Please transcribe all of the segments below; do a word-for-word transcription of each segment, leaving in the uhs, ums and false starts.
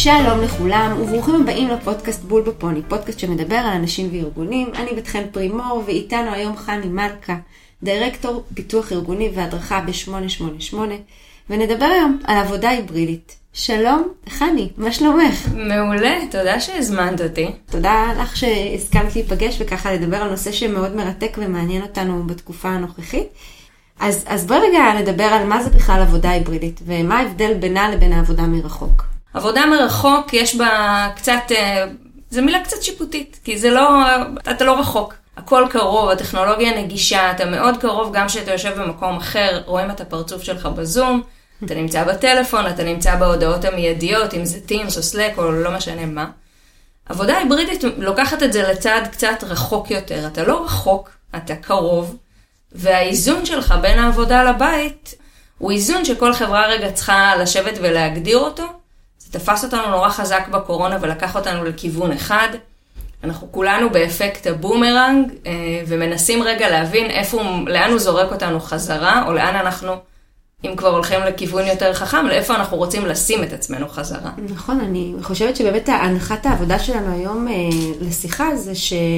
שלום לכולם וברוכים הבאים לפודקאסט בול בפוני, פודקאסט שמדבר על אנשים וארגונים. אני בת חן פרימור ואיתנו היום חני מלכה, דירקטור פיתוח ארגוני והדרכה ב-שמונה שמונה שמונה, ונדבר היום על עבודה היברידית. שלום חני, מה שלומך? מעולה, תודה שהזמנת אותי. תודה לך שהסכמת להיפגש וככה לדבר על נושא שמאוד מרתק ומעניין אותנו בתקופה הנוכחית. אז, אז בואי רגע נדבר על מה זה בכלל עבודה היברידית ומה ההבדל בינה לבין העבודה מרחוק. עבודה מרחוק יש בה קצת, זו מילה קצת שיפוטית, כי זה לא, אתה לא רחוק. הכל קרוב, הטכנולוגיה נגישה, אתה מאוד קרוב גם שאתה יושב במקום אחר, רואים את הפרצוף שלך בזום, אתה נמצא בטלפון, אתה נמצא בהודעות המיידיות, אם זה Teams או Slack או לא משנה מה. עבודה היברידית לוקחת את זה לצד קצת רחוק יותר, אתה לא רחוק, אתה קרוב, והאיזון שלך בין העבודה לבית הוא איזון שכל חברה רגע צריכה לשבת ולהגדיר אותו. זה תפס אותנו נורא חזק בקורונה ולקח אותנו לכיוון אחד. אנחנו כולנו באפקט הבומרנג ומנסים רגע להבין איפה, לאן הוא זורק אותנו חזרה, או לאן אנחנו, אם כבר הולכים לכיוון יותר חכם, לאיפה אנחנו רוצים לשים את עצמנו חזרה. נכון, אני חושבת שבאמת הנחת העבודה שלנו היום לשיחה זה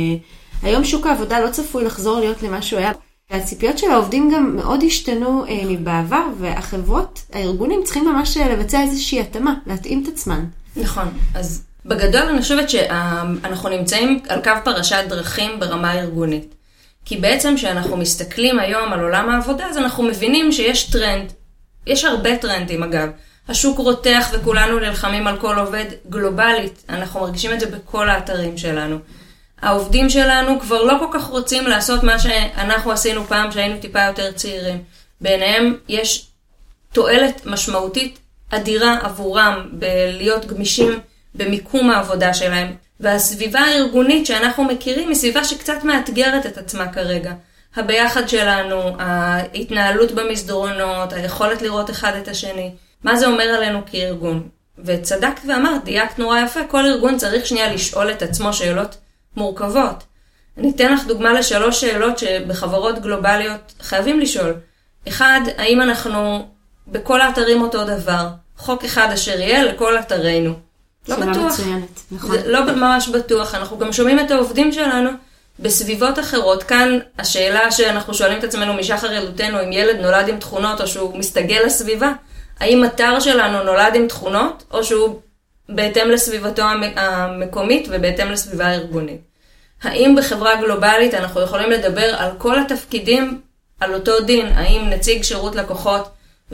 שהיום שוק העבודה לא צפוי לחזור להיות למה שהוא היה. הציפיות של העובדים גם מאוד השתנו אה, מבעבר, והחברות, הארגונים צריכים ממש לבצע איזושהי התאמה, להתאים את עצמן. נכון, אז בגדול אני חושבת שאנחנו נמצאים על קו פרשת דרכים ברמה ארגונית. כי בעצם שאנחנו מסתכלים היום על עולם העבודה, אז אנחנו מבינים שיש טרנד, יש הרבה טרנדים אגב. השוק רותח וכולנו נלחמים על כל עובד גלובלית, אנחנו מרגישים את זה בכל האתרים שלנו. העובדים שלנו כבר לא כל כך רוצים לעשות מה שאנחנו עשינו פעם שהיינו טיפה יותר צעירים. ביניהם יש תועלת משמעותית אדירה עבורם בלהיות גמישים במיקום העבודה שלהם. והסביבה הארגונית שאנחנו מכירים היא סביבה שקצת מאתגרת את עצמה כרגע. הביחד שלנו, ההתנהלות במסדרונות, היכולת לראות אחד את השני. מה זה אומר עלינו כארגון? וצדקת ואמרת, דייקת נורא יפה, כל ארגון צריך שנייה לשאול את עצמו שאלות מורכבות. אני אתן לך דוגמה לשלוש שאלות שבחברות גלובליות חייבים לשאול. אחד, האם אנחנו בכל האתרים אותו דבר? חוק אחד אשר יהיה לכל אתרינו. לא בטוח. מצוינת, נכון. זה לא ממש בטוח. אנחנו גם שומעים את העובדים שלנו בסביבות אחרות. כאן השאלה שאנחנו שואלים את עצמנו משחר ילדותנו, אם ילד נולד עם תכונות או שהוא מסתגל לסביבה, האם אתר שלנו נולד עם תכונות או שהוא בהתאם לסביבתו המקומית ובהתאם לסביבה הארגונית. האם בחברה גלובלית אנחנו יכולים לדבר על כל התפקידים על אותו דין? האם נציג שירות לקוחות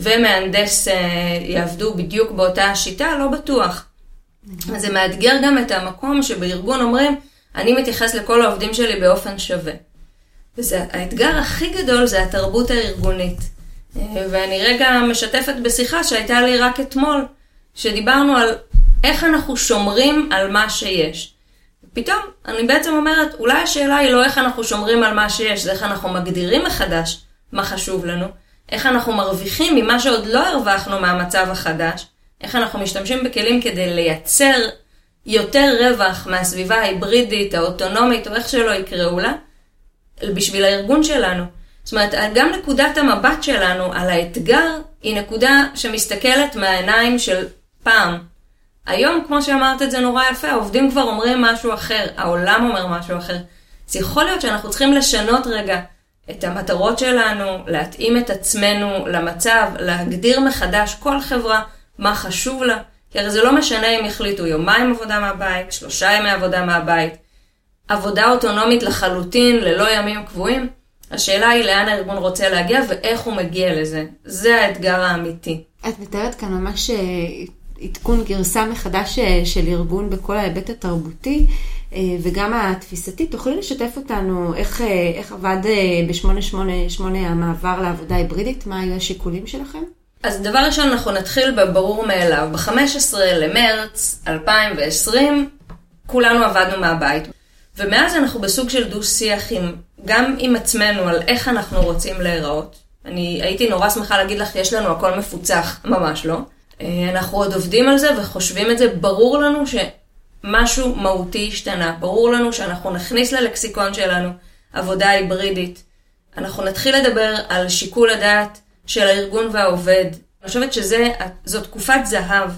ומהנדס יעבדו בדיוק באותה השיטה? לא בטוח. אז זה מאתגר גם את המקום שבארגון אומרים, אני מתייחס לכל העובדים שלי באופן שווה. וזה, האתגר הכי גדול זה התרבות הארגונית. ואני רגע משתפת בשיחה שהייתה לי רק אתמול, שדיברנו על איך אנחנו שומרים על מה שיש. פתאום אני בעצם אומרת, אולי השאלה היא לא איך אנחנו שומרים על מה שיש, זה איך אנחנו מגדירים מחדש מה חשוב לנו, איך אנחנו מרוויחים ממה שעוד לא הרווחנו מהמצב החדש, איך אנחנו משתמשים בכלים כדי לייצר יותר רווח מהסביבה ההיברידית, האוטונומית, או איך שלא יקראו לה, בשביל הארגון שלנו. זאת אומרת, גם נקודת המבט שלנו על האתגר היא נקודה שמסתכלת מהעיניים של פעם. היום, כמו שאמרת את זה נורא יפה, העובדים כבר אומרים משהו אחר, העולם אומר משהו אחר. אז יכול להיות שאנחנו צריכים לשנות רגע את המטרות שלנו, להתאים את עצמנו למצב, להגדיר מחדש כל חברה מה חשוב לה, כי הרי זה לא משנה אם יחליטו יומיים עבודה מהבית, שלושה ימי עבודה מהבית, עבודה אוטונומית לחלוטין, ללא ימים קבועים. השאלה היא לאן הארגון רוצה להגיע ואיך הוא מגיע לזה. זה האתגר האמיתי. את מתארת כאן ממש עדכון גרסה מחדש של ארגון בכל ההיבט התרבותי וגם התפיסתי. תוכלי לשתף אותנו איך, איך עבד ב-שמונה שמונה שמונה המעבר לעבודה היברידית? מה היו השיקולים שלכם? אז דבר ראשון אנחנו נתחיל בברור מאליו. ב-חמישה עשר למרץ אלפיים ועשרים כולנו עבדנו מהבית. ומאז אנחנו בסוג של דו שיח עם, גם עם עצמנו על איך אנחנו רוצים להיראות. אני הייתי נורא שמחה להגיד לך, יש לנו הכל מפוצח, ממש לא. אנחנו עוד עובדים על זה וחושבים את זה. ברור לנו שמשהו מהותי השתנה. ברור לנו שאנחנו נכניס ללקסיקון שלנו עבודה היברידית. אנחנו נתחיל לדבר על שיקול הדעת של הארגון והעובד. אני חושבת שזו תקופת זהב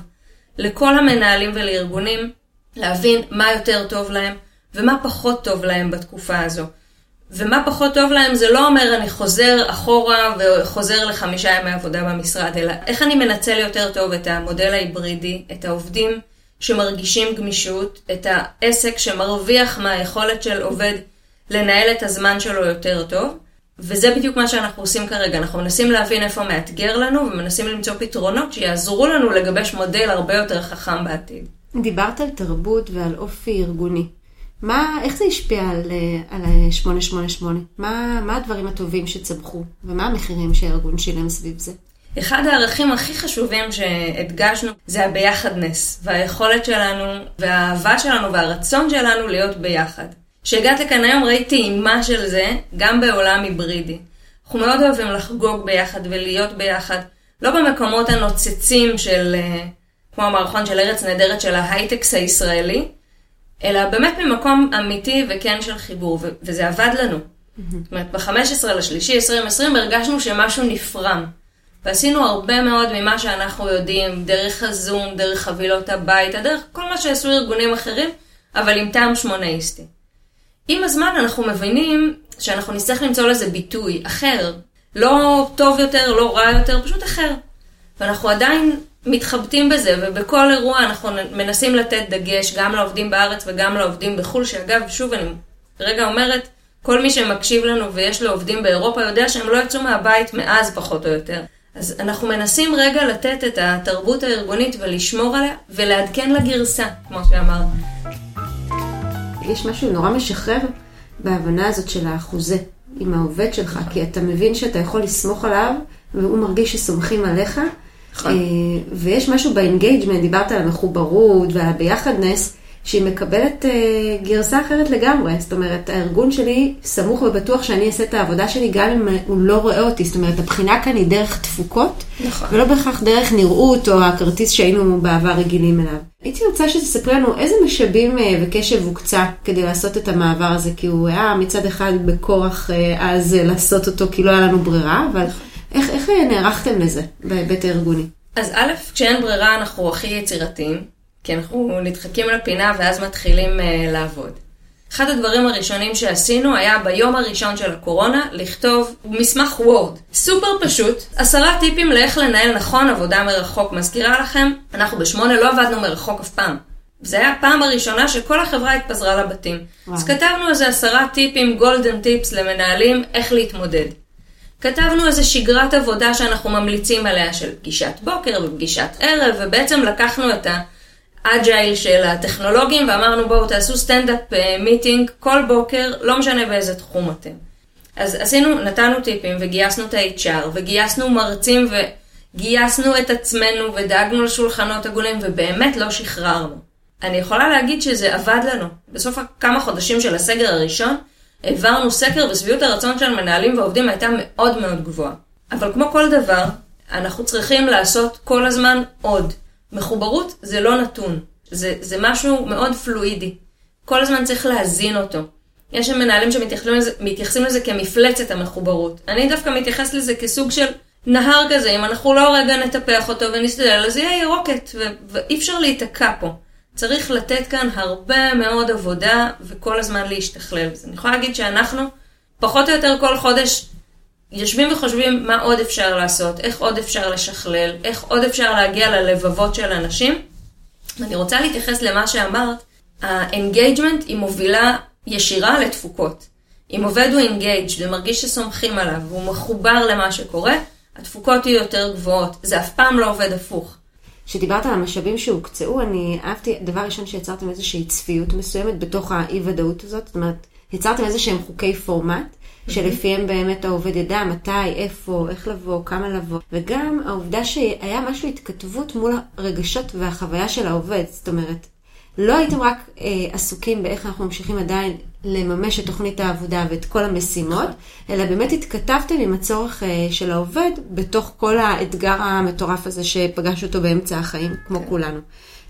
לכל המנהלים ולארגונים להבין מה יותר טוב להם ומה פחות טוב להם בתקופה הזו. ומה פחות טוב להם זה לא אומר אני חוזר אחורה וחוזר לחמישה ימי עבודה במשרד, אלא איך אני מנצל יותר טוב את המודל ההיברידי, את העובדים שמרגישים גמישות, את העסק שמרוויח מהיכולת של עובד לנהל את הזמן שלו יותר טוב. וזה בדיוק מה שאנחנו עושים כרגע, אנחנו מנסים להבין איפה מאתגר לנו ומנסים למצוא פתרונות שיעזרו לנו לגבש מודל הרבה יותר חכם בעתיד. דיברת על תרבות ועל אופי ארגוני. מה, איך זה השפיע על, על שמונה שמונה שמונה? מה, מה הדברים הטובים שצמחו ומה המחירים שהארגון שילם סביב זה? אחד הערכים הכי חשובים שהדגשנו זה הביחדנס והיכולת שלנו והאהבה שלנו והרצון שלנו להיות ביחד. כשהגעת לכאן היום ראיתי אימה של זה גם בעולם היברידי. אנחנו מאוד אוהבים לחגוג ביחד ולהיות ביחד, לא במקומות הנוצצים של, כמו המערכון של ארץ נהדרת של ההייטקס הישראלי, אלא באמת ממקום אמיתי וכן של חיבור, ו- וזה עבד לנו. Mm-hmm. זאת אומרת, ב-חמישה עשר לשלישי עשרים עשרים הרגשנו שמשהו נפרם, ועשינו הרבה מאוד ממה שאנחנו יודעים, דרך הזום, דרך חבילות הבית, דרך כל מה שעשו ארגונים אחרים, אבל עם טעם שמונאיסטי. עם הזמן אנחנו מבינים שאנחנו נצטרך למצוא לזה ביטוי אחר, לא טוב יותר, לא רע יותר, פשוט אחר. ואנחנו עדיין מתחבטים בזה, ובכל אירוע אנחנו מנסים לתת דגש גם לעובדים בארץ וגם לעובדים בחול, שאגב, שוב אני רגע אומרת, כל מי שמקשיב לנו ויש לו עובדים באירופה יודע שהם לא יצאו מהבית מאז פחות או יותר. אז אנחנו מנסים רגע לתת את התרבות הארגונית ולשמור עליה ולעדכן לגרסה, כמו שאמרת. יש משהו נורא משחרר בהבנה הזאת של האחוזה עם העובד שלך, כי אתה מבין שאתה יכול לסמוך עליו והוא מרגיש שסומכים עליך, ויש משהו באנגייג'מנט, דיברת על המחוברות ועל הביחדנס, שהיא מקבלת גרסה אחרת לגמרי. זאת אומרת, הארגון שלי סמוך ובטוח שאני אעשה את העבודה שלי גם אם הוא לא רואה אותי. זאת אומרת, הבחינה כאן היא דרך תפוקות, נכון. ולא בהכרח דרך נראות או הכרטיס שהיינו בעבר רגילים אליו. הייתי רוצה שתספרי לנו איזה משאבים וקשב הוקצה כדי לעשות את המעבר הזה, כי הוא היה מצד אחד בכוח אז לעשות אותו, כי לא היה לנו ברירה, אבל איך, איך נערכתם לזה בהיבט הארגוני? אז א', כשאין ברירה אנחנו הכי יצירתיים, כי אנחנו נדחקים לפינה ואז מתחילים uh, לעבוד. אחד הדברים הראשונים שעשינו היה ביום הראשון של הקורונה לכתוב מסמך וורד. סופר פשוט, עשרה טיפים לאיך לנהל נכון עבודה מרחוק. מזכירה לכם, אנחנו בשמונה לא עבדנו מרחוק אף פעם. זה היה הפעם הראשונה שכל החברה התפזרה לבתים. וואו. אז כתבנו איזה עשרה טיפים, גולדן טיפס למנהלים, איך להתמודד. כתבנו איזה שגרת עבודה שאנחנו ממליצים עליה של פגישת בוקר ופגישת ערב, ובעצם לקחנו את האג'ייל של הטכנולוגים ואמרנו בואו תעשו סטנדאפ מיטינג כל בוקר, לא משנה באיזה תחום אתם. אז עשינו, נתנו טיפים וגייסנו את ה-אייץ' אר וגייסנו מרצים וגייסנו את עצמנו ודאגנו לשולחנות עגולים ובאמת לא שחררנו. אני יכולה להגיד שזה עבד לנו. בסוף כמה חודשים של הסגר הראשון, העברנו סקר ושביעות הרצון של מנהלים ועובדים הייתה מאוד מאוד גבוהה. אבל כמו כל דבר, אנחנו צריכים לעשות כל הזמן עוד. מחוברות זה לא נתון. זה, זה משהו מאוד פלואידי. כל הזמן צריך להזין אותו. יש מנהלים שמתייחסים לזה, מתייחסים לזה כמפלצת המחוברות. אני דווקא מתייחס לזה כסוג של נהר כזה. אם אנחנו לא רגע נטפח אותו ונסתדל, אז יהיה ירוקת ו- ואי אפשר להתעקע פה. צריך לתת כאן הרבה מאוד עבודה וכל הזמן להשתכלל. אז אני יכולה להגיד שאנחנו פחות או יותר כל חודש יושבים וחושבים מה עוד אפשר לעשות, איך עוד אפשר לשכלל, איך עוד אפשר להגיע ללבבות של אנשים. אני רוצה להתייחס למה שאמרת, האנגייג'מנט היא מובילה ישירה לתפוקות. אם עובד הוא אנגייג' ומרגיש שסומכים עליו והוא מחובר למה שקורה, התפוקות יהיו יותר גבוהות. זה אף פעם לא עובד הפוך. שדיברת על המשאבים שהוקצאו, אני אהבתי, דבר ראשון שיצרתם איזושהי צפיות מסוימת בתוך האי-ודאות הזאת, זאת אומרת, יצרתם איזשהם חוקי פורמט, שלפיהם באמת העובד ידע מתי, איפה, איך לבוא, כמה לבוא, וגם העובדה שהיה משהו התכתבות מול הרגשות והחוויה של העובד, זאת אומרת, לא הייתם רק אה, עסוקים באיך אנחנו ממשיכים עדיין לממש את תוכנית העבודה ואת כל המשימות, אלא באמת התכתבתם עם הצורך אה, של העובד בתוך כל האתגר המטורף הזה שפגש אותו באמצע החיים, כמו כולנו.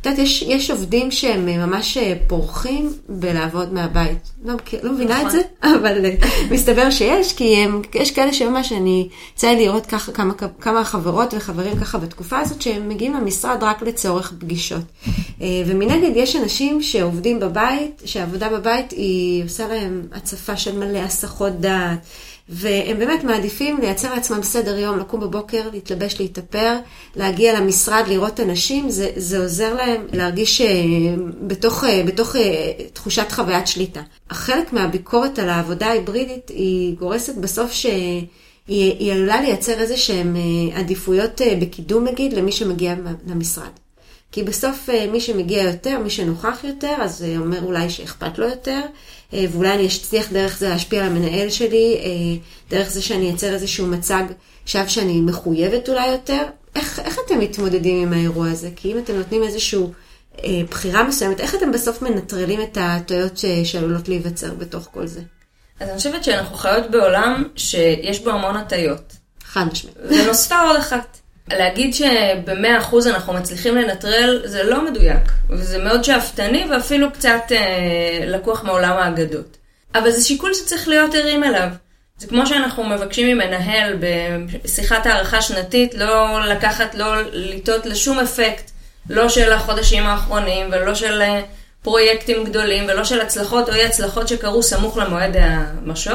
את יודעת, יש, יש עובדים שהם ממש פורחים בלעבוד מהבית. לא, לא מבינה את זה, אבל מסתבר שיש, כי הם, יש כאלה שממש אני רוצה לראות ככה כמה, כמה חברות וחברים ככה בתקופה הזאת, שהם מגיעים למשרד רק לצורך פגישות. ומנגד יש אנשים שעובדים בבית, שהעבודה בבית היא עושה להם הצפה של מלא הסחות דעת, והם באמת מעדיפים לייצר לעצמם סדר יום, לקום בבוקר, להתלבש, להתאפר, להגיע למשרד, לראות אנשים, זה, זה עוזר להם להרגיש בתוך, בתוך תחושת חוויית שליטה. החלק מהביקורת על העבודה ההיברידית היא גורסת בסוף שהיא היא עלולה לייצר איזה שהם עדיפויות בקידום נגיד למי שמגיע למשרד. כי בסוף מי שמגיע יותר, מי שנוכח יותר, אז זה אומר אולי שאכפת לו יותר, ואולי אני אצליח דרך זה להשפיע על המנהל שלי, דרך זה שאני אייצר איזשהו מצג שווא שאני מחויבת אולי יותר. איך, איך אתם מתמודדים עם האירוע הזה? כי אם אתם נותנים איזשהו אה, בחירה מסוימת, איך אתם בסוף מנטרלים את הטעויות שעלולות להיווצר בתוך כל זה? אז אני חושבת שאנחנו חיות בעולם שיש בו המון הטעיות. חד משמעית. ונוספה עוד אחת. להגיד שבמאה אחוז אנחנו מצליחים לנטרל זה לא מדויק, וזה מאוד שאפתני ואפילו קצת אה, לקוח מעולם האגדות. אבל זה שיקול שצריך להיות ערים אליו. זה כמו שאנחנו מבקשים ממנהל בשיחת הערכה שנתית, לא לקחת, לא לטעות לשום אפקט, לא של החודשים האחרונים ולא של פרויקטים גדולים ולא של הצלחות או אי הצלחות שקרו סמוך למועד המשוב.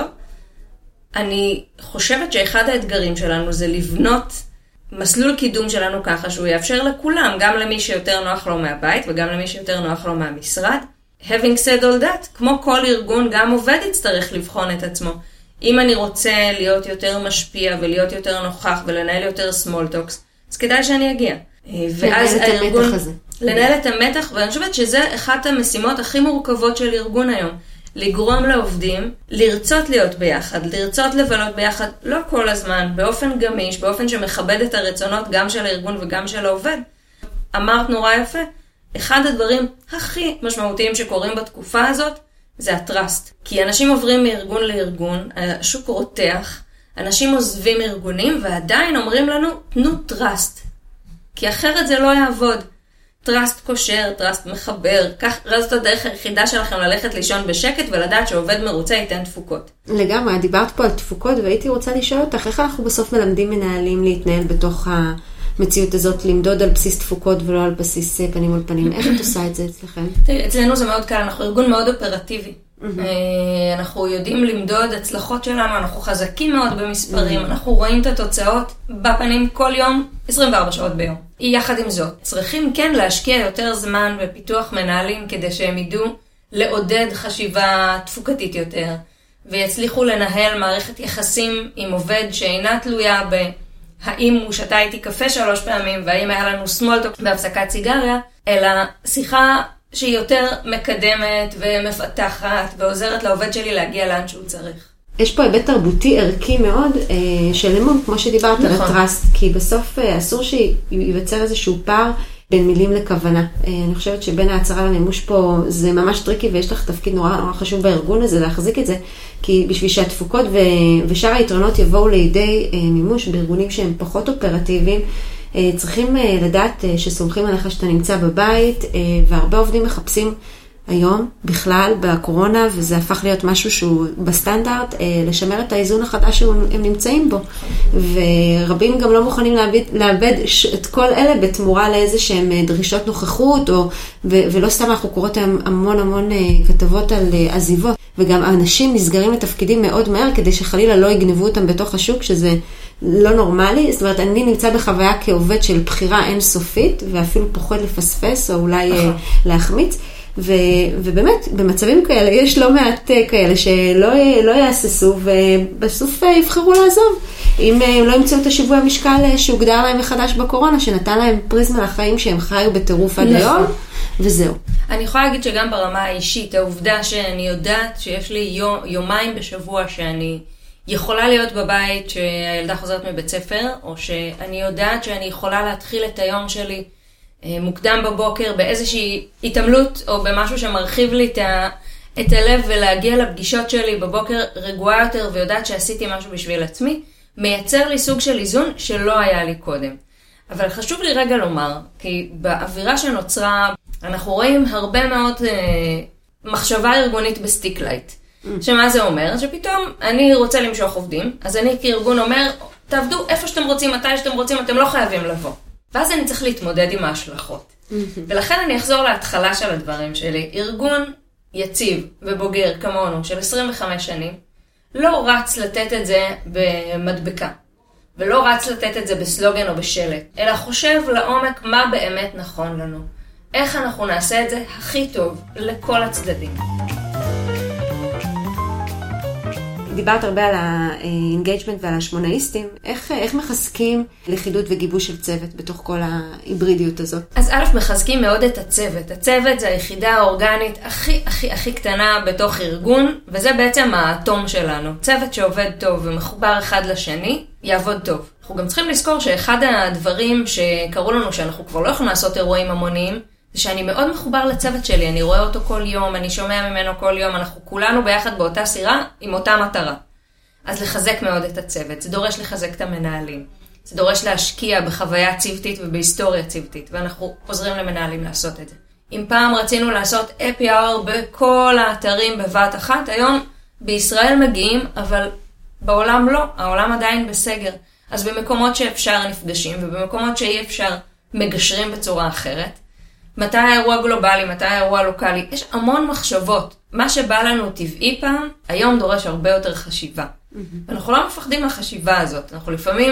אני חושבת שאחד האתגרים שלנו זה לבנות מסלול קידום שלנו ככה שהוא יאפשר לכולם, גם למי שיותר נוח לו מהבית וגם למי שיותר נוח לו מהמשרד. Having said all that, כמו כל ארגון, גם עובד יצטרך לבחון את עצמו. אם אני רוצה להיות יותר משפיע ולהיות יותר נוכח ולנהל יותר small talks, אז כדאי שאני אגיע. ואז הארגון, לנהל את המתח, ואני חושבת שזה אחת המשימות הכי מורכבות של ארגון היום. לגרום לעובדים, לרצות להיות ביחד, לרצות לבלות ביחד, לא כל הזמן, באופן גמיש, באופן שמכבד את הרצונות גם של הארגון וגם של העובד. אמרת נורא יפה, אחד הדברים הכי משמעותיים שקורים בתקופה הזאת, זה הטרסט. כי אנשים עוברים מארגון לארגון, השוק רותח, אנשים עוזבים ארגונים ועדיין אומרים לנו, תנו טרסט. כי אחרת זה לא יעבוד. טרסט קושר, טרסט מחבר, כך רזת הדרך היחידה שלכם ללכת לישון בשקט ולדעת שעובד מרוצה ייתן תפוקות. לגמרי, דיברת פה על תפוקות והייתי רוצה לשאול אותך, איך אנחנו בסוף מלמדים מנהלים להתנהל בתוך המציאות הזאת, למדוד על בסיס תפוקות ולא על בסיס פנים מול פנים? איך את עושה את זה אצלכם? אצלנו זה מאוד קל, אנחנו ארגון מאוד אופרטיבי. אנחנו יודעים למדוד הצלחות שלנו, אנחנו חזקים מאוד במספרים, אנחנו רואים את התוצאות בפנים כל יום, עשרים וארבע שעות ביום. יחד עם זאת, צריכים כן להשקיע יותר זמן בפיתוח מנהלים כדי שהם ידעו לעודד חשיבה תפוקתית יותר, ויצליחו לנהל מערכת יחסים עם עובד שאינה תלויה בהאם הוא שתה איתי קפה שלוש פעמים, והאם היה לנו סמולטוק בהפסקת סיגריה, אלא שיחה שהיא יותר מקדמת ומפתחת ועוזרת לעובד שלי להגיע לאן שהוא צריך. יש פה היבט תרבותי ערכי מאוד של אמון, כמו שדיברת על הטרסט, כי בסוף אסור שייווצר איזשהו פער בין מילים לכוונה. אני חושבת שבין ההצהרה למימוש פה זה ממש טריקי, ויש לך תפקיד נורא נורא חשוב בארגון הזה להחזיק את זה, כי בשביל שהתפוקות ושאר היתרונות יבואו לידי מימוש בארגונים שהם פחות אופרטיביים, צריכים לדעת שסומכים עליך שאתה נמצא בבית, והרבה עובדים מחפשים היום בכלל בקורונה, וזה הפך להיות משהו שהוא בסטנדרט, לשמר את האיזון החדש שהם נמצאים בו. ורבים גם לא מוכנים לאבד, לאבד את כל אלה בתמורה לאיזה שהם דרישות נוכחות, או, ולא סתם אנחנו קוראות המון המון כתבות על עזיבות. וגם האנשים נסגרים לתפקידים מאוד מהר, כדי שחלילה לא יגנבו אותם בתוך השוק, שזה לא נורמלי. זאת אומרת, אני נמצא בחוויה כעובד של בחירה אינסופית, ואפילו פוחד לפספס, או אולי להחמיץ. ו, ובאמת, במצבים כאלה, יש לא מעט כאלה שלא לא יעשסו, ובסוף יבחרו לעזוב. אם הם לא ימצאו את השיווי המשקל שהוגדר להם מחדש בקורונה, שנתן להם פריזמה לחיים שהם חיו בטירוף עד היום, וזהו. אני יכולה להגיד שגם ברמה האישית, העובדה שאני יודעת שיש לי יום, יומיים בשבוע שאני יכולה להיות בבית שהילדה חוזרת מבית ספר, או שאני יודעת שאני יכולה להתחיל את היום שלי מוקדם בבוקר באיזושהי התעמלות או במשהו שמרחיב לי את, ה, את הלב, ולהגיע לפגישות שלי בבוקר רגועה יותר ויודעת שעשיתי משהו בשביל עצמי, מייצר לי סוג של איזון שלא היה לי קודם. אבל חשוב לי רגע לומר, כי באווירה שנוצרה, אנחנו רואים הרבה מאוד אה, מחשבה ארגונית בסטיק לייט. Mm. שמה זה אומר? שפתאום אני רוצה למשוך עובדים, אז אני כארגון אומר, תעבדו איפה שאתם רוצים, מתי שאתם רוצים, אתם לא חייבים לבוא. ואז אני צריך להתמודד עם ההשלכות. Mm-hmm. ולכן אני אחזור להתחלה של הדברים שלי. ארגון יציב ובוגר כמונו של עשרים וחמש שנים, לא רץ לתת את זה במדבקה. ולא רץ לתת את זה בסלוגן או בשלט, אלא חושב לעומק מה באמת נכון לנו. איך אנחנו נעשה את זה הכי טוב לכל הצדדים. דיברת הרבה על האינגייג'מנט ועל השמונאיסטים. איך, איך מחזקים לכידות וגיבוש של צוות בתוך כל ההיברידיות הזאת? אז א', מחזקים מאוד את הצוות. הצוות זה היחידה האורגנית הכי הכי הכי קטנה בתוך ארגון, וזה בעצם האטום שלנו. צוות שעובד טוב ומחובר אחד לשני, יעבוד טוב. אנחנו גם צריכים לזכור שאחד הדברים שקראו לנו שאנחנו כבר לא יכולים לעשות אירועים המוניים, זה שאני מאוד מחובר לצוות שלי, אני רואה אותו כל יום, אני שומע ממנו כל יום, אנחנו כולנו ביחד באותה סירה עם אותה מטרה. אז לחזק מאוד את הצוות, זה דורש לחזק את המנהלים, זה דורש להשקיע בחוויה צוותית ובהיסטוריה צוותית, ואנחנו עוזרים למנהלים לעשות את זה. אם פעם רצינו לעשות אפי אאור בכל האתרים בבת אחת, היום בישראל מגיעים, אבל בעולם לא, העולם עדיין בסגר. אז במקומות שאפשר נפגשים, ובמקומות שאי אפשר מגשרים בצורה אחרת. מתי האירוע גלובלי, מתי האירוע לוקלי, יש המון מחשבות. מה שבא לנו טבעי פעם, היום דורש הרבה יותר חשיבה. Mm-hmm. ואנחנו לא מפחדים מהחשיבה הזאת. אנחנו לפעמים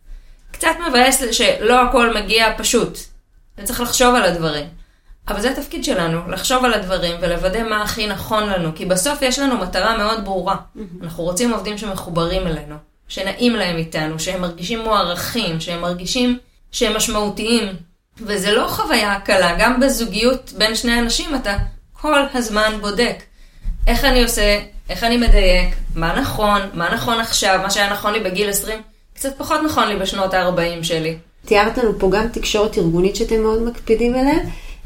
קצת מבאס שלא הכל מגיע פשוט. וצריך לחשוב על הדברים. אבל זה התפקיד שלנו, לחשוב על הדברים ולוודא מה הכי נכון לנו. כי בסוף יש לנו מטרה מאוד ברורה. Mm-hmm. אנחנו רוצים עובדים שמחוברים אלינו, שנעים להם איתנו, שהם מרגישים מוערכים, שהם מרגישים שהם משמעותיים. וזה לא חוויה קלה, גם בזוגיות בין שני אנשים אתה כל הזמן בודק. איך אני עושה, איך אני מדייק, מה נכון, מה נכון עכשיו, מה שהיה נכון לי בגיל עשרים, קצת פחות נכון לי בשנות ה-ארבעים שלי. תיארת לנו פה גם תקשורת ארגונית שאתם מאוד מקפידים אליה,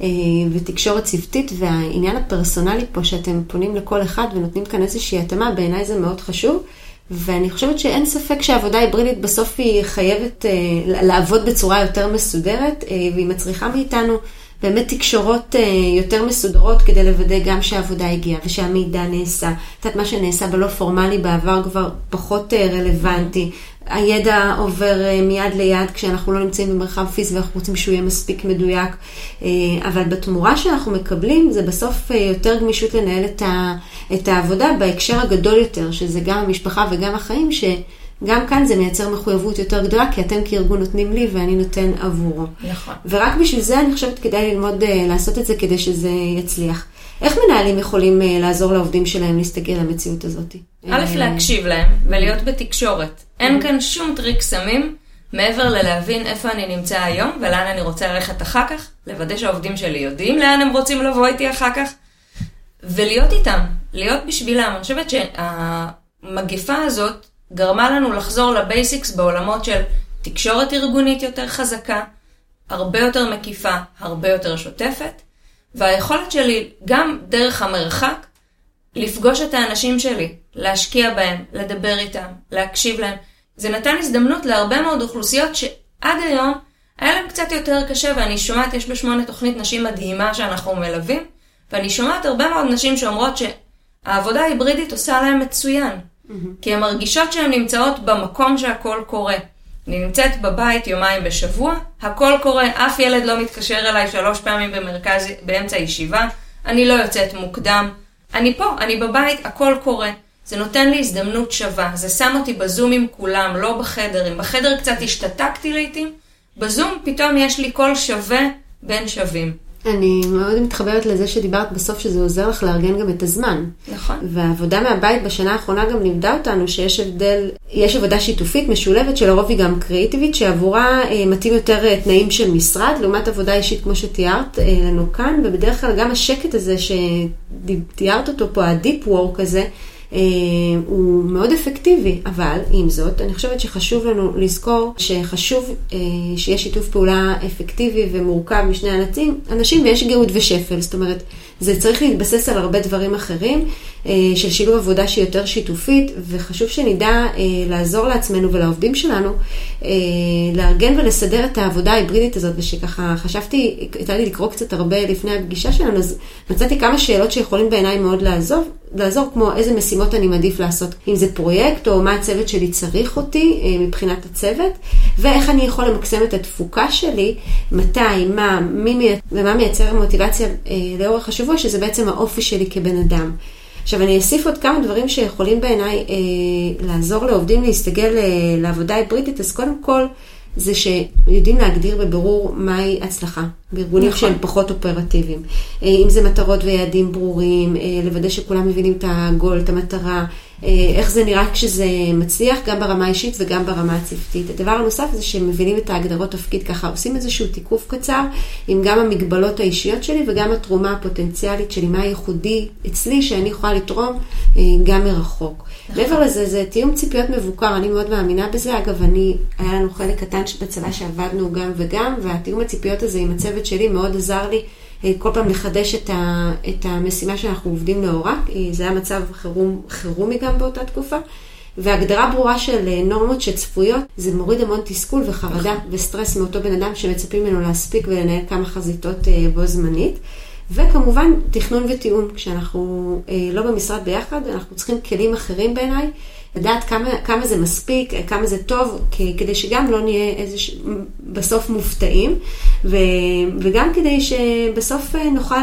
ותקשורת צוותית, והעניין הפרסונלי פה שאתם פונים לכל אחד ונותנים כאן איזושהי התאמה, בעיניי זה מאוד חשוב. ואני חושבת שאין ספק שהעבודה היברידית בסוף היא חייבת אה, לעבוד בצורה יותר מסודרת, אה, והיא מצריכה מאיתנו באמת תקשורות אה, יותר מסודרות כדי לוודא גם שהעבודה הגיעה ושהמידע נעשה. קצת מה שנעשה בלא פורמלי בעבר כבר פחות אה, רלוונטי. הידע עובר אה, מיד ליד כשאנחנו לא נמצאים במרחב פיזי ואנחנו רוצים שהוא יהיה מספיק מדויק. אה, אבל בתמורה שאנחנו מקבלים זה בסוף אה, יותר גמישות לנהל את ה... את העבודה בהקשר הגדול יותר, שזה גם המשפחה וגם החיים, שגם כאן זה מייצר מחויבות יותר גדולה, כי אתם כארגון נותנים לי ואני נותן עבורו. נכון. ורק בשביל זה אני חושבת כדאי ללמוד לעשות את זה כדי שזה יצליח. איך מנהלים יכולים לעזור לעובדים שלהם להסתגל למציאות הזאת? א', להקשיב להם ולהיות בתקשורת. אין כאן שום טריק סמים, מעבר ללהבין איפה אני נמצא היום ולאן אני רוצה ללכת אחר כך, לוודא שהעובדים שלי יודעים לאן הם רוצים לבוא איתי אחר כך, ולהיות איתם, להיות בשבילם. אני חושבת שהמגפה הזאת גרמה לנו לחזור לבייסיקס בעולמות של תקשורת ארגונית יותר חזקה, הרבה יותר מקיפה, הרבה יותר שוטפת, והיכולת שלי גם דרך המרחק לפגוש את האנשים שלי, להשקיע בהם, לדבר איתם, להקשיב להם. זה נתן הזדמנות להרבה מאוד אוכלוסיות שעד היום היה להם קצת יותר קשה, ואני שומעת, יש בשמונה תוכנית נשים מדהימה שאנחנו מלווים, ואני שומעת הרבה מאוד נשים שאומרות שהעבודה ההיברידית עושה להם מצוין. Mm-hmm. כי הן מרגישות שהן נמצאות במקום שהכל קורה. אני נמצאת בבית יומיים בשבוע, הכל קורה, אף ילד לא מתקשר אליי שלוש פעמים במרכז, באמצע ישיבה, אני לא יוצאת מוקדם, אני פה, אני בבית, הכל קורה. זה נותן לי הזדמנות שווה, זה שם אותי בזום עם כולם, לא בחדר. אם בחדר קצת השתתקתי לעתים, בזום פתאום יש לי קול שווה בין שווים. אני מאוד מתחברת לזה שדיברת בסוף שזה עוזר לך לארגן גם את הזמן. נכון. והעבודה מהבית בשנה האחרונה גם לימדה אותנו שיש הבדל, יש עבודה שיתופית משולבת שלרוב היא גם קריאיטיבית, שעבורה מתאים יותר תנאים של משרד, לעומת עבודה אישית כמו שתיארת לנו כאן, ובדרך כלל גם השקט הזה שתיארת אותו פה, הדיפ וורק הזה, הוא מאוד אפקטיבי, אבל עם זאת אני חושבת שחשוב לנו לזכור שחשוב שיש שיתוף פעולה אפקטיבי ומורכב משני אנשים, אנשים ויש גאות ושפל, זאת אומרת זה צריך להתבסס על הרבה דברים אחרים, של שילוב עבודה שהיא יותר שיתופית, וחשוב שנדע לעזור לעצמנו ולעובדים שלנו, לארגן ולסדר את העבודה ההיברידית הזאת, ושככה חשבתי, הייתה לי לקרוא קצת הרבה לפני הפגישה שלנו, אז מצאתי כמה שאלות שיכולים בעיניי מאוד לעזור, לעזור כמו איזה משימות אני מעדיף לעשות, אם זה פרויקט או מה הצוות שלי צריך אותי מבחינת הצוות, ואיך אני יכול למקסם את התפוקה שלי, מתי, מה, מי, ומה מייצר מוטיבציה לאורך השבוע, שזה בעצם האופי שלי כבן אדם. עכשיו אני אוסיף עוד כמה דברים שיכולים בעיניי אה, לעזור לעובדים להסתגל אה, לעבודה היברידית, אז קודם כל זה שיודעים להגדיר בבירור מהי הצלחה, בארגונים נכון. שהם פחות אופרטיביים. אה, אם זה מטרות ויעדים ברורים, אה, לוודא שכולם מבינים את הגול, את המטרה, אה, איך זה נראה כשזה מצליח, גם ברמה האישית וגם ברמה הצוותית. הדבר הנוסף זה שהם מבינים את ההגדרות תפקיד ככה, עושים איזשהו תיקוף קצר, עם גם המגבלות האישיות שלי וגם התרומה הפוטנציאלית שלי, מה הייחודי אצלי שאני יכולה לתרום אה, גם מרחוק. מעבר לזה, זה תיאום ציפיות מבוקר, אני מאוד מאמינה בזה. אגב, אני, היה לנו חלק קטן בצבא שעבדנו גם וגם, והתיאום הציפיות הזה עם הצוות שלי מאוד עזר לי כל פעם לחדש את, ה, את המשימה שאנחנו עובדים לאורה, זה היה מצב חירום, חירומי גם באותה תקופה, והגדרה ברורה של נורמות שצפויות, זה מוריד המון תסכול וחרדה וסטרס מאותו בן אדם שמצפים ממנו להספיק ולנהל כמה חזיתות בו זמנית. וכמובן, תכנון ותיאום, כשאנחנו אה, לא במשרד ביחד, אנחנו צריכים כלים אחרים בעיניי, לדעת כמה, כמה זה מספיק, כמה זה טוב, כדי שגם לא נהיה איזה ש... בסוף מופתעים, ו... וגם כדי שבסוף נוכל,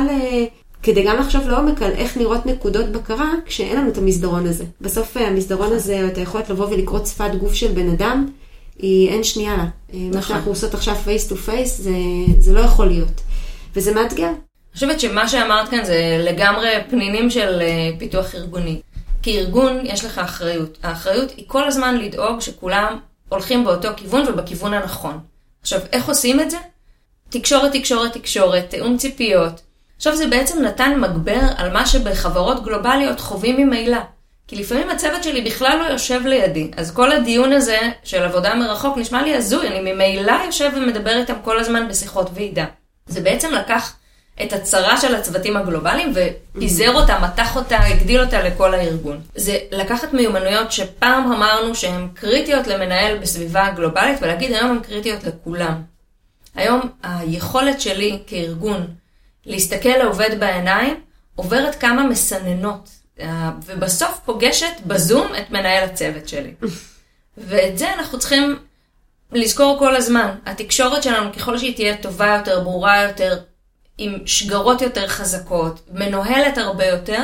כדי גם לחשוב לעומק על איך נראות נקודות בקרה, כשאין לנו את המסדרון הזה. בסוף המסדרון הזה, אתה יכול לבוא ולקרוא שפת גוף של בן אדם, היא אין שנייה לה. מה שאנחנו עושות עכשיו face to face, זה, זה לא יכול להיות. וזה מאתגר. אני חושבת שמה שאמרת כאן זה לגמרי פנינים של פיתוח ארגוני. כי ארגון יש לך אחריות. האחריות היא כל הזמן לדאוג שכולם הולכים באותו כיוון ובכיוון הנכון. עכשיו, איך עושים את זה? תקשורת, תקשורת, תקשורת, תאום ציפיות. עכשיו זה בעצם נתן מגבר על מה שבחברות גלובליות חווים ממילא. כי לפעמים הצוות שלי בכלל לא יושב לידי. אז כל הדיון הזה של עבודה מרחוק נשמע לי הזוי. אני ממילא יושב ומדבר איתם כל הזמן בשיחות ועידה. זה בעצם לקח את הצרה של הצוותים הגלובליים ופיזר אותה, מתח אותה, הגדיל אותה לכל הארגון. זה לקחת מיומנויות שפעם אמרנו שהן קריטיות למנהל בסביבה הגלובלית, ולהגיד היום הן קריטיות לכולם. היום היכולת שלי כארגון להסתכל לעובד בעיניים עוברת כמה מסננות, ובסוף פוגשת בזום את מנהל הצוות שלי. ואת זה אנחנו צריכים לזכור כל הזמן. התקשורת שלנו, ככל שהיא תהיה טובה יותר, ברורה יותר, עם שגרות יותר חזקות, מנוהלת הרבה יותר,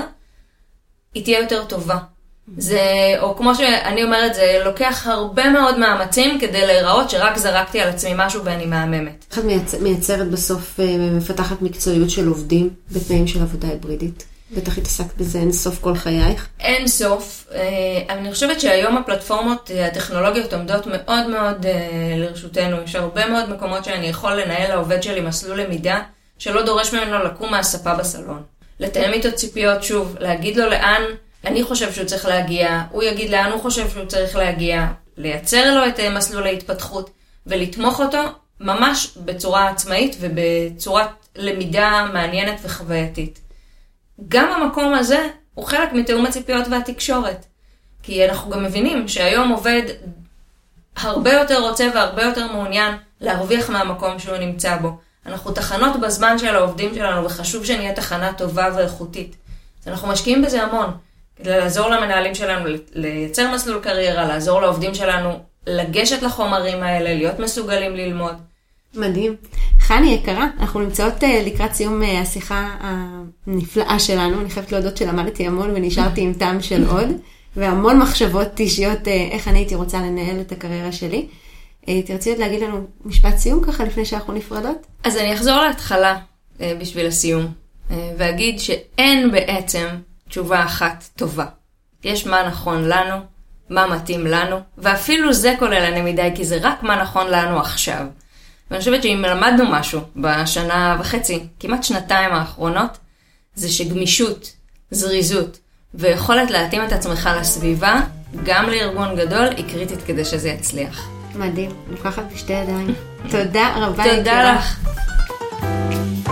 היא תהיה יותר טובה. זה, או כמו שאני אומרת, זה לוקח הרבה מאוד מאמצים כדי להיראות שרק זרקתי על עצמי משהו ואני מהממת. איך את מייצרת בסוף, מפתחת מקצועיות של עובדים בתנאים של עבודה היברידית? בטח התעסקת בזה אין סוף כל חייך. אין סוף. אני חושבת שהיום הפלטפורמות הטכנולוגיות עומדות מאוד מאוד לרשותנו. יש הרבה מאוד מקומות שאני יכול לנהל לעובד שלי מסלול למידה, שלא דורש ממנו לקום מהספה בסלון. לתאם איתו ציפיות שוב, להגיד לו לאן אני חושב שהוא צריך להגיע, הוא יגיד לאן הוא חושב שהוא צריך להגיע, לייצר לו את מסלול ההתפתחות, ולתמוך אותו ממש בצורה עצמאית ובצורת למידה מעניינת וחווייתית. גם המקום הזה הוא חלק מתאום הציפיות והתקשורת. כי אנחנו גם מבינים שהיום עובד הרבה יותר רוצה והרבה יותר מעוניין להרוויח מהמקום שהוא נמצא בו. אנחנו תחנות בזמן של העובדים שלנו, וחשוב שנהיה תחנה טובה ואיכותית. אז אנחנו משקיעים בזה המון, כדי לעזור למנהלים שלנו לייצר מסלול קריירה, לעזור לעובדים שלנו לגשת לחומרים האלה, להיות מסוגלים ללמוד. מדהים. חני יקרה, אנחנו נמצאות לקראת סיום השיחה הנפלאה שלנו. אני חייבת להודות שלמדתי המון ונשארתי עם טעם של עוד, והמון מחשבות אישיות איך אני הייתי רוצה לנהל את הקריירה שלי. תרצי עוד להגיד לנו משפט סיום ככה לפני שאנחנו נפרדות? אז אני אחזור להתחלה בשביל הסיום, ואגיד שאין בעצם תשובה אחת טובה. יש מה נכון לנו, מה מתאים לנו, ואפילו זה כולל אני מדי, כי זה רק מה נכון לנו עכשיו. ואני חושבת שאם למדנו משהו בשנה וחצי, כמעט שנתיים האחרונות, זה שגמישות, זריזות ויכולת להתאים את עצמך לסביבה, גם לארגון גדול, היא קריטית כדי שזה יצליח. מדהים, לוקחת בשתי ידיים. תודה רבה. תודה לך.